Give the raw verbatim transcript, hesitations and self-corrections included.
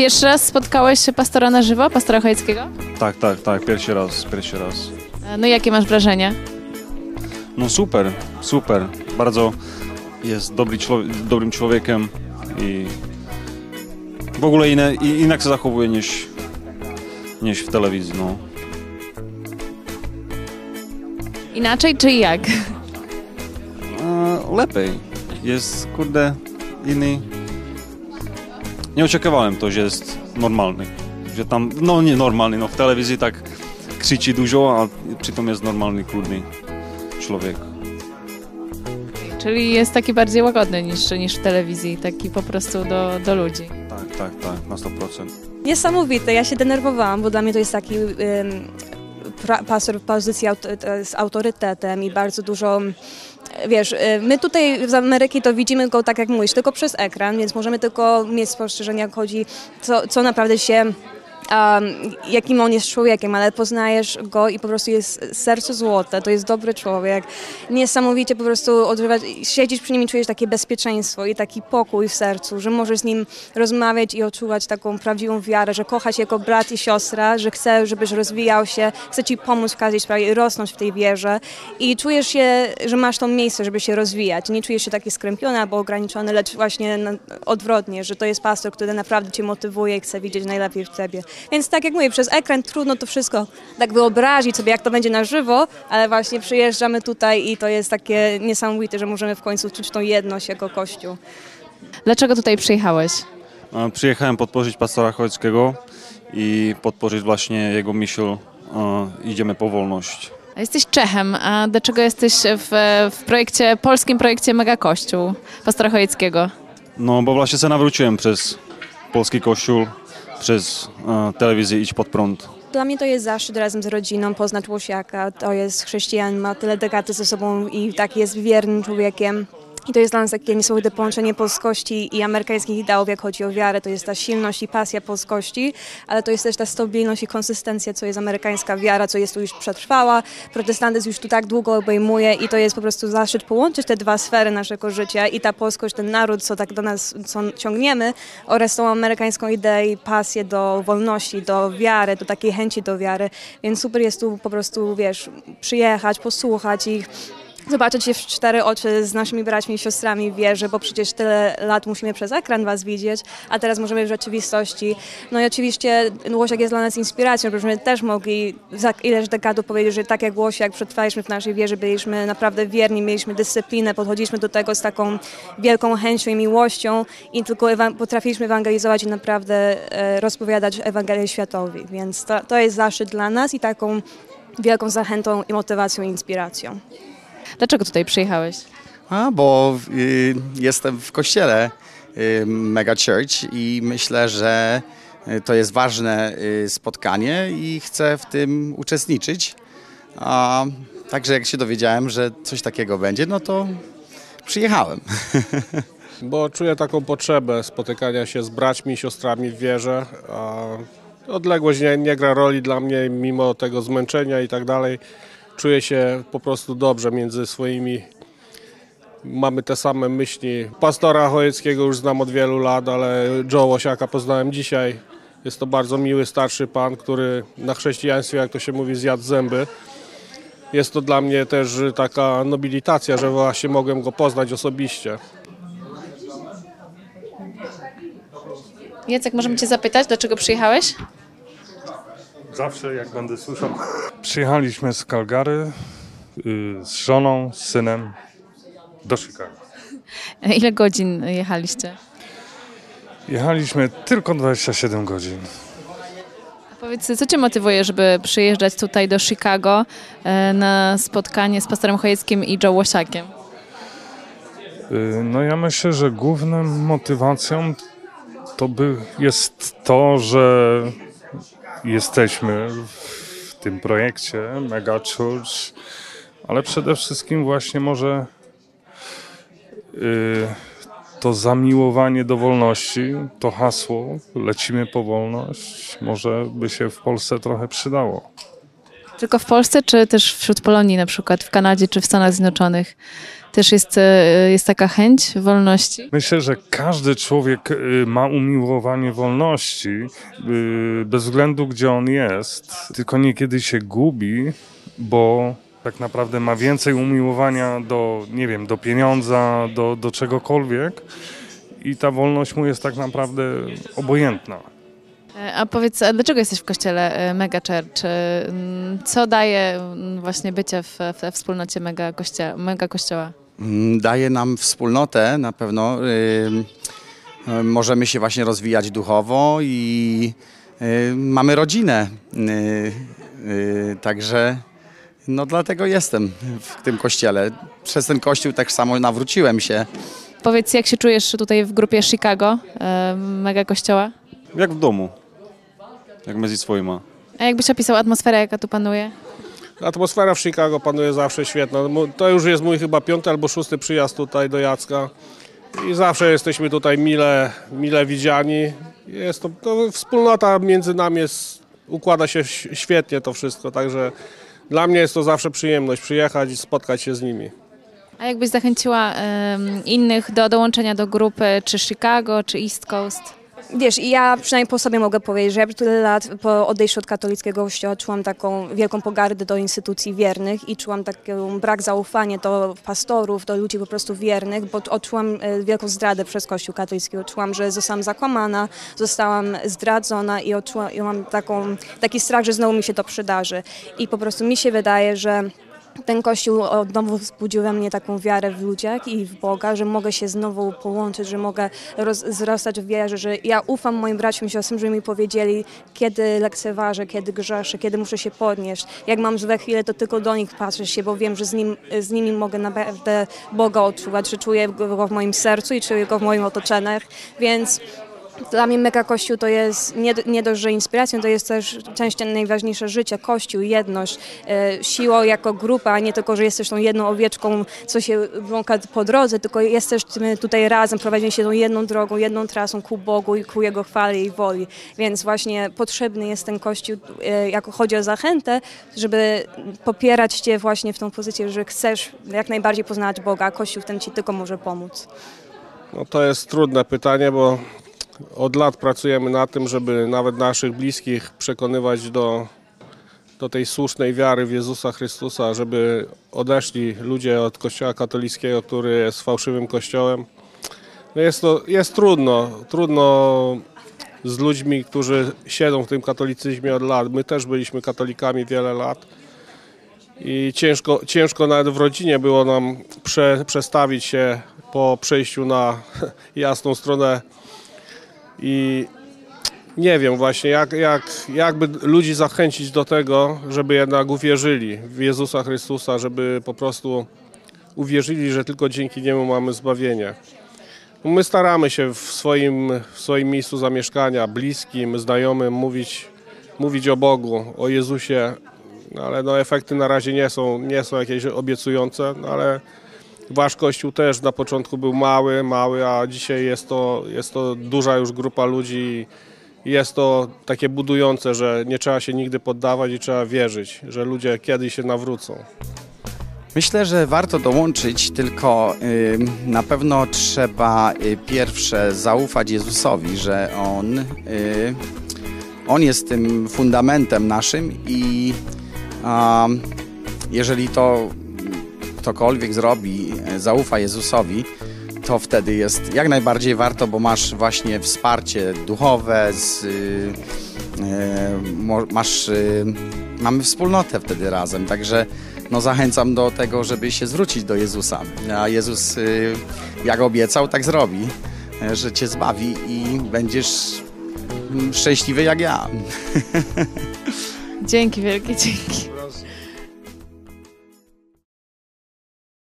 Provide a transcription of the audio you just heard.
Pierwszy raz spotkałeś pastora na żywo, pastora Chojeckiego? Tak, tak, tak, pierwszy raz, pierwszy raz. No i jakie masz wrażenie? No super, super. Bardzo jest dobry człowiek, dobrym człowiekiem i w ogóle inne, inaczej się zachowuje niż, niż w telewizji, no. Inaczej czy jak? E, lepiej. Jest, kurde, inny. Nie oczekiwałem to, że jest normalny. Że tam, no nie normalny, no w telewizji tak krzyczy dużo, a przy tym jest normalny, kurde człowiek. Czyli jest taki bardziej łagodny niż, niż w telewizji, taki po prostu do, do ludzi. Tak, tak, tak, na sto procent. Niesamowite, ja się denerwowałam, bo dla mnie to jest taki um, pastor w pozycji aut z autorytetem i bardzo dużo, wiesz, my tutaj z Ameryki to widzimy go, tak jak mówisz, tylko przez ekran, więc możemy tylko mieć spostrzeżenie, jak chodzi, co, co naprawdę się... Um, jakim on jest człowiekiem, ale poznajesz go i po prostu jest serce złote, to jest dobry człowiek. Niesamowicie po prostu odrywać, siedzisz przy nim i czujesz takie bezpieczeństwo i taki pokój w sercu, że możesz z nim rozmawiać i odczuwać taką prawdziwą wiarę, że kocha cię jako brat i siostra, że chce, żebyś rozwijał się, chce ci pomóc w każdej sprawie i rosnąć w tej wierze i czujesz się, że masz to miejsce, żeby się rozwijać. Nie czujesz się taki skrępiony albo ograniczony, lecz właśnie odwrotnie, że to jest pastor, który naprawdę cię motywuje i chce widzieć najlepiej w tobie. Więc tak jak mówię, przez ekran trudno to wszystko tak wyobrazić sobie, jak to będzie na żywo, ale właśnie przyjeżdżamy tutaj i to jest takie niesamowite, że możemy w końcu czuć tą jedność jako Kościół. Dlaczego tutaj przyjechałeś? Przyjechałem podpowiedzieć pastora Chojeckiego i podpowiedzieć właśnie jego myśl Idziemy po wolność. A jesteś Czechem, a dlaczego jesteś w, w projekcie, polskim projekcie Mega Kościół pastora Chojeckiego? No bo właśnie się nawróciłem przez polski kościół, przez e, telewizję Idź Pod Prąd. Dla mnie to jest zaszczyt razem z rodziną poznać Łosiaka. To jest chrześcijan, ma tyle dekady ze sobą i tak jest wiernym człowiekiem. I to jest dla nas takie niesamowite połączenie polskości i amerykańskich ideałów, jak chodzi o wiarę. To jest ta silność i pasja polskości, ale to jest też ta stabilność i konsystencja, co jest amerykańska wiara, co jest tu już przetrwała. Protestantyzm już tu tak długo obejmuje i to jest po prostu zaszczyt połączyć te dwa sfery naszego życia i ta polskość, ten naród, co tak do nas co ciągniemy, oraz tą amerykańską ideę i pasję do wolności, do wiary, do takiej chęci do wiary. Więc super jest tu po prostu, wiesz, przyjechać, posłuchać ich, zobaczyć się w cztery oczy z naszymi braćmi i siostrami w wierze, bo przecież tyle lat musimy przez ekran was widzieć, a teraz możemy w rzeczywistości. No i oczywiście Łosiak jest dla nas inspiracją, żebyśmy też mogli za ileś dekadów powiedzieć, że tak jak Łosiak przetrwaliśmy w naszej wierze, byliśmy naprawdę wierni, mieliśmy dyscyplinę, podchodziliśmy do tego z taką wielką chęcią i miłością i tylko potrafiliśmy ewangelizować i naprawdę e, rozpowiadać Ewangelię światowi, więc to, to jest zaszczyt dla nas i taką wielką zachętą i motywacją i inspiracją. Dlaczego tutaj przyjechałeś? A, bo y, jestem w kościele y, Mega Church i myślę, że to jest ważne y, spotkanie i chcę w tym uczestniczyć. A, także jak się dowiedziałem, że coś takiego będzie, no to przyjechałem. Bo czuję taką potrzebę spotykania się z braćmi i siostrami w wierze. A odległość nie, nie gra roli dla mnie, mimo tego zmęczenia i tak dalej. Czuję się po prostu dobrze między swoimi, mamy te same myśli. Pastora Chojeckiego już znam od wielu lat, ale Joe Łosiaka poznałem dzisiaj. Jest to bardzo miły, starszy pan, który na chrześcijaństwie, jak to się mówi, zjadł zęby. Jest to dla mnie też taka nobilitacja, że właśnie mogłem go poznać osobiście. Jacek, możemy cię zapytać, dlaczego przyjechałeś? Zawsze, jak będę słyszał. Przyjechaliśmy z Calgary yy, z żoną, z synem do Chicago. Ile godzin jechaliście? Jechaliśmy tylko dwadzieścia siedem godzin. A powiedz, co cię motywuje, żeby przyjeżdżać tutaj do Chicago e, na spotkanie z pastorem Chojeckim i Joe Łosiakiem? Yy, no ja myślę, że główną motywacją to by jest to, że jesteśmy w tym projekcie Mega Church, ale przede wszystkim właśnie może yy, to zamiłowanie do wolności, to hasło lecimy po wolność, może by się w Polsce trochę przydało. Tylko w Polsce, czy też wśród Polonii, na przykład w Kanadzie czy w Stanach Zjednoczonych? też jest, e, jest taka chęć wolności? Myślę, że każdy człowiek y, ma umiłowanie wolności, y, bez względu gdzie on jest, tylko niekiedy się gubi, bo tak naprawdę ma więcej umiłowania do, nie wiem, do pieniądza, do, do czegokolwiek i ta wolność mu jest tak naprawdę obojętna. E, A powiedz, a dlaczego jesteś w kościele e, Mega Church? E, m, Co daje m, właśnie bycie w, we wspólnocie Mega Kościoła? Mega Kościoła? Mm, Daje nam wspólnotę na pewno. y, y, Możemy się właśnie rozwijać duchowo i y, mamy rodzinę. Y, y, Także no dlatego jestem w tym kościele. Przez ten kościół tak samo nawróciłem się. Powiedz, jak się czujesz tutaj w grupie Chicago e, Mega Kościoła? Jak w domu. Jak między swoimi. A jakbyś opisał atmosferę, jaka tu panuje? Atmosfera w Chicago panuje zawsze świetna. Mo- To już jest mój chyba piąty albo szósty przyjazd tutaj do Jacka i zawsze jesteśmy tutaj mile, mile widziani. Jest to, to wspólnota między nami jest, układa się ś- świetnie to wszystko, także dla mnie jest to zawsze przyjemność przyjechać i spotkać się z nimi. A jakbyś zachęciła em, innych do dołączenia do grupy, czy Chicago, czy East Coast? Wiesz, i ja przynajmniej po sobie mogę powiedzieć, że ja tyle lat po odejściu od katolickiego kościoła czułam taką wielką pogardę do instytucji wiernych i czułam taki brak zaufania do pastorów, do ludzi po prostu wiernych, bo odczułam e, wielką zdradę przez kościół katolicki. Odczułam, że zostałam zakłamana, zostałam zdradzona i odczułam, i mam taką, taki strach, że znowu mi się to przydarzy. I po prostu mi się wydaje, że ten Kościół od nowa wzbudził we mnie taką wiarę w ludziach i w Boga, że mogę się znowu połączyć, że mogę roz, wzrastać w wierze, że ja ufam moim braciom i siostrom, że mi powiedzieli, kiedy lekceważę, kiedy grzeszę, kiedy muszę się podnieść. Jak mam złe chwile, to tylko do nich patrzę się, bo wiem, że z, nim, z nimi mogę naprawdę Boga odczuwać, że czuję Go w moim sercu i czuję Go w moim otoczeniu, więc dla mnie Mega Kościół to jest nie, nie dość, że inspiracją, to jest też częścią najważniejsze życia, Kościół, jedność, e, siłą jako grupa, a nie tylko, że jesteś tą jedną owieczką, co się błąka po drodze, tylko jesteśmy tutaj razem, prowadzimy się tą jedną drogą, jedną trasą ku Bogu i ku Jego chwale i woli. Więc właśnie potrzebny jest ten Kościół, e, jak chodzi o zachętę, żeby popierać Cię właśnie w tą pozycję, że chcesz jak najbardziej poznać Boga, a Kościół w tym Ci tylko może pomóc. No to jest trudne pytanie, bo od lat pracujemy na tym, żeby nawet naszych bliskich przekonywać do, do tej słusznej wiary w Jezusa Chrystusa, żeby odeszli ludzie od Kościoła katolickiego, który jest fałszywym kościołem. No jest to jest trudno, trudno z ludźmi, którzy siedzą w tym katolicyzmie od lat. My też byliśmy katolikami wiele lat i ciężko, ciężko nawet w rodzinie było nam prze, przestawić się po przejściu na jasną stronę. I nie wiem właśnie, jak, jak, jakby ludzi zachęcić do tego, żeby jednak uwierzyli w Jezusa Chrystusa, żeby po prostu uwierzyli, że tylko dzięki Niemu mamy zbawienie. My staramy się w swoim, w swoim miejscu zamieszkania, bliskim, znajomym mówić, mówić o Bogu, o Jezusie, no ale no efekty na razie nie są, nie są jakieś obiecujące, no ale Wasz Kościół też na początku był mały, mały, a dzisiaj jest to, jest to duża już grupa ludzi i jest to takie budujące, że nie trzeba się nigdy poddawać i trzeba wierzyć, że ludzie kiedyś się nawrócą. Myślę, że warto dołączyć, tylko y, na pewno trzeba y, pierwsze zaufać Jezusowi, że On, y, On jest tym fundamentem naszym i y, jeżeli to ktokolwiek zrobi, zaufa Jezusowi, to wtedy jest jak najbardziej warto, bo masz właśnie wsparcie duchowe, z, y, y, masz, y, mamy wspólnotę wtedy razem, także no zachęcam do tego, żeby się zwrócić do Jezusa, a Jezus y, jak obiecał, tak zrobi, że cię zbawi i będziesz szczęśliwy jak ja. Dzięki wielkie, dzięki.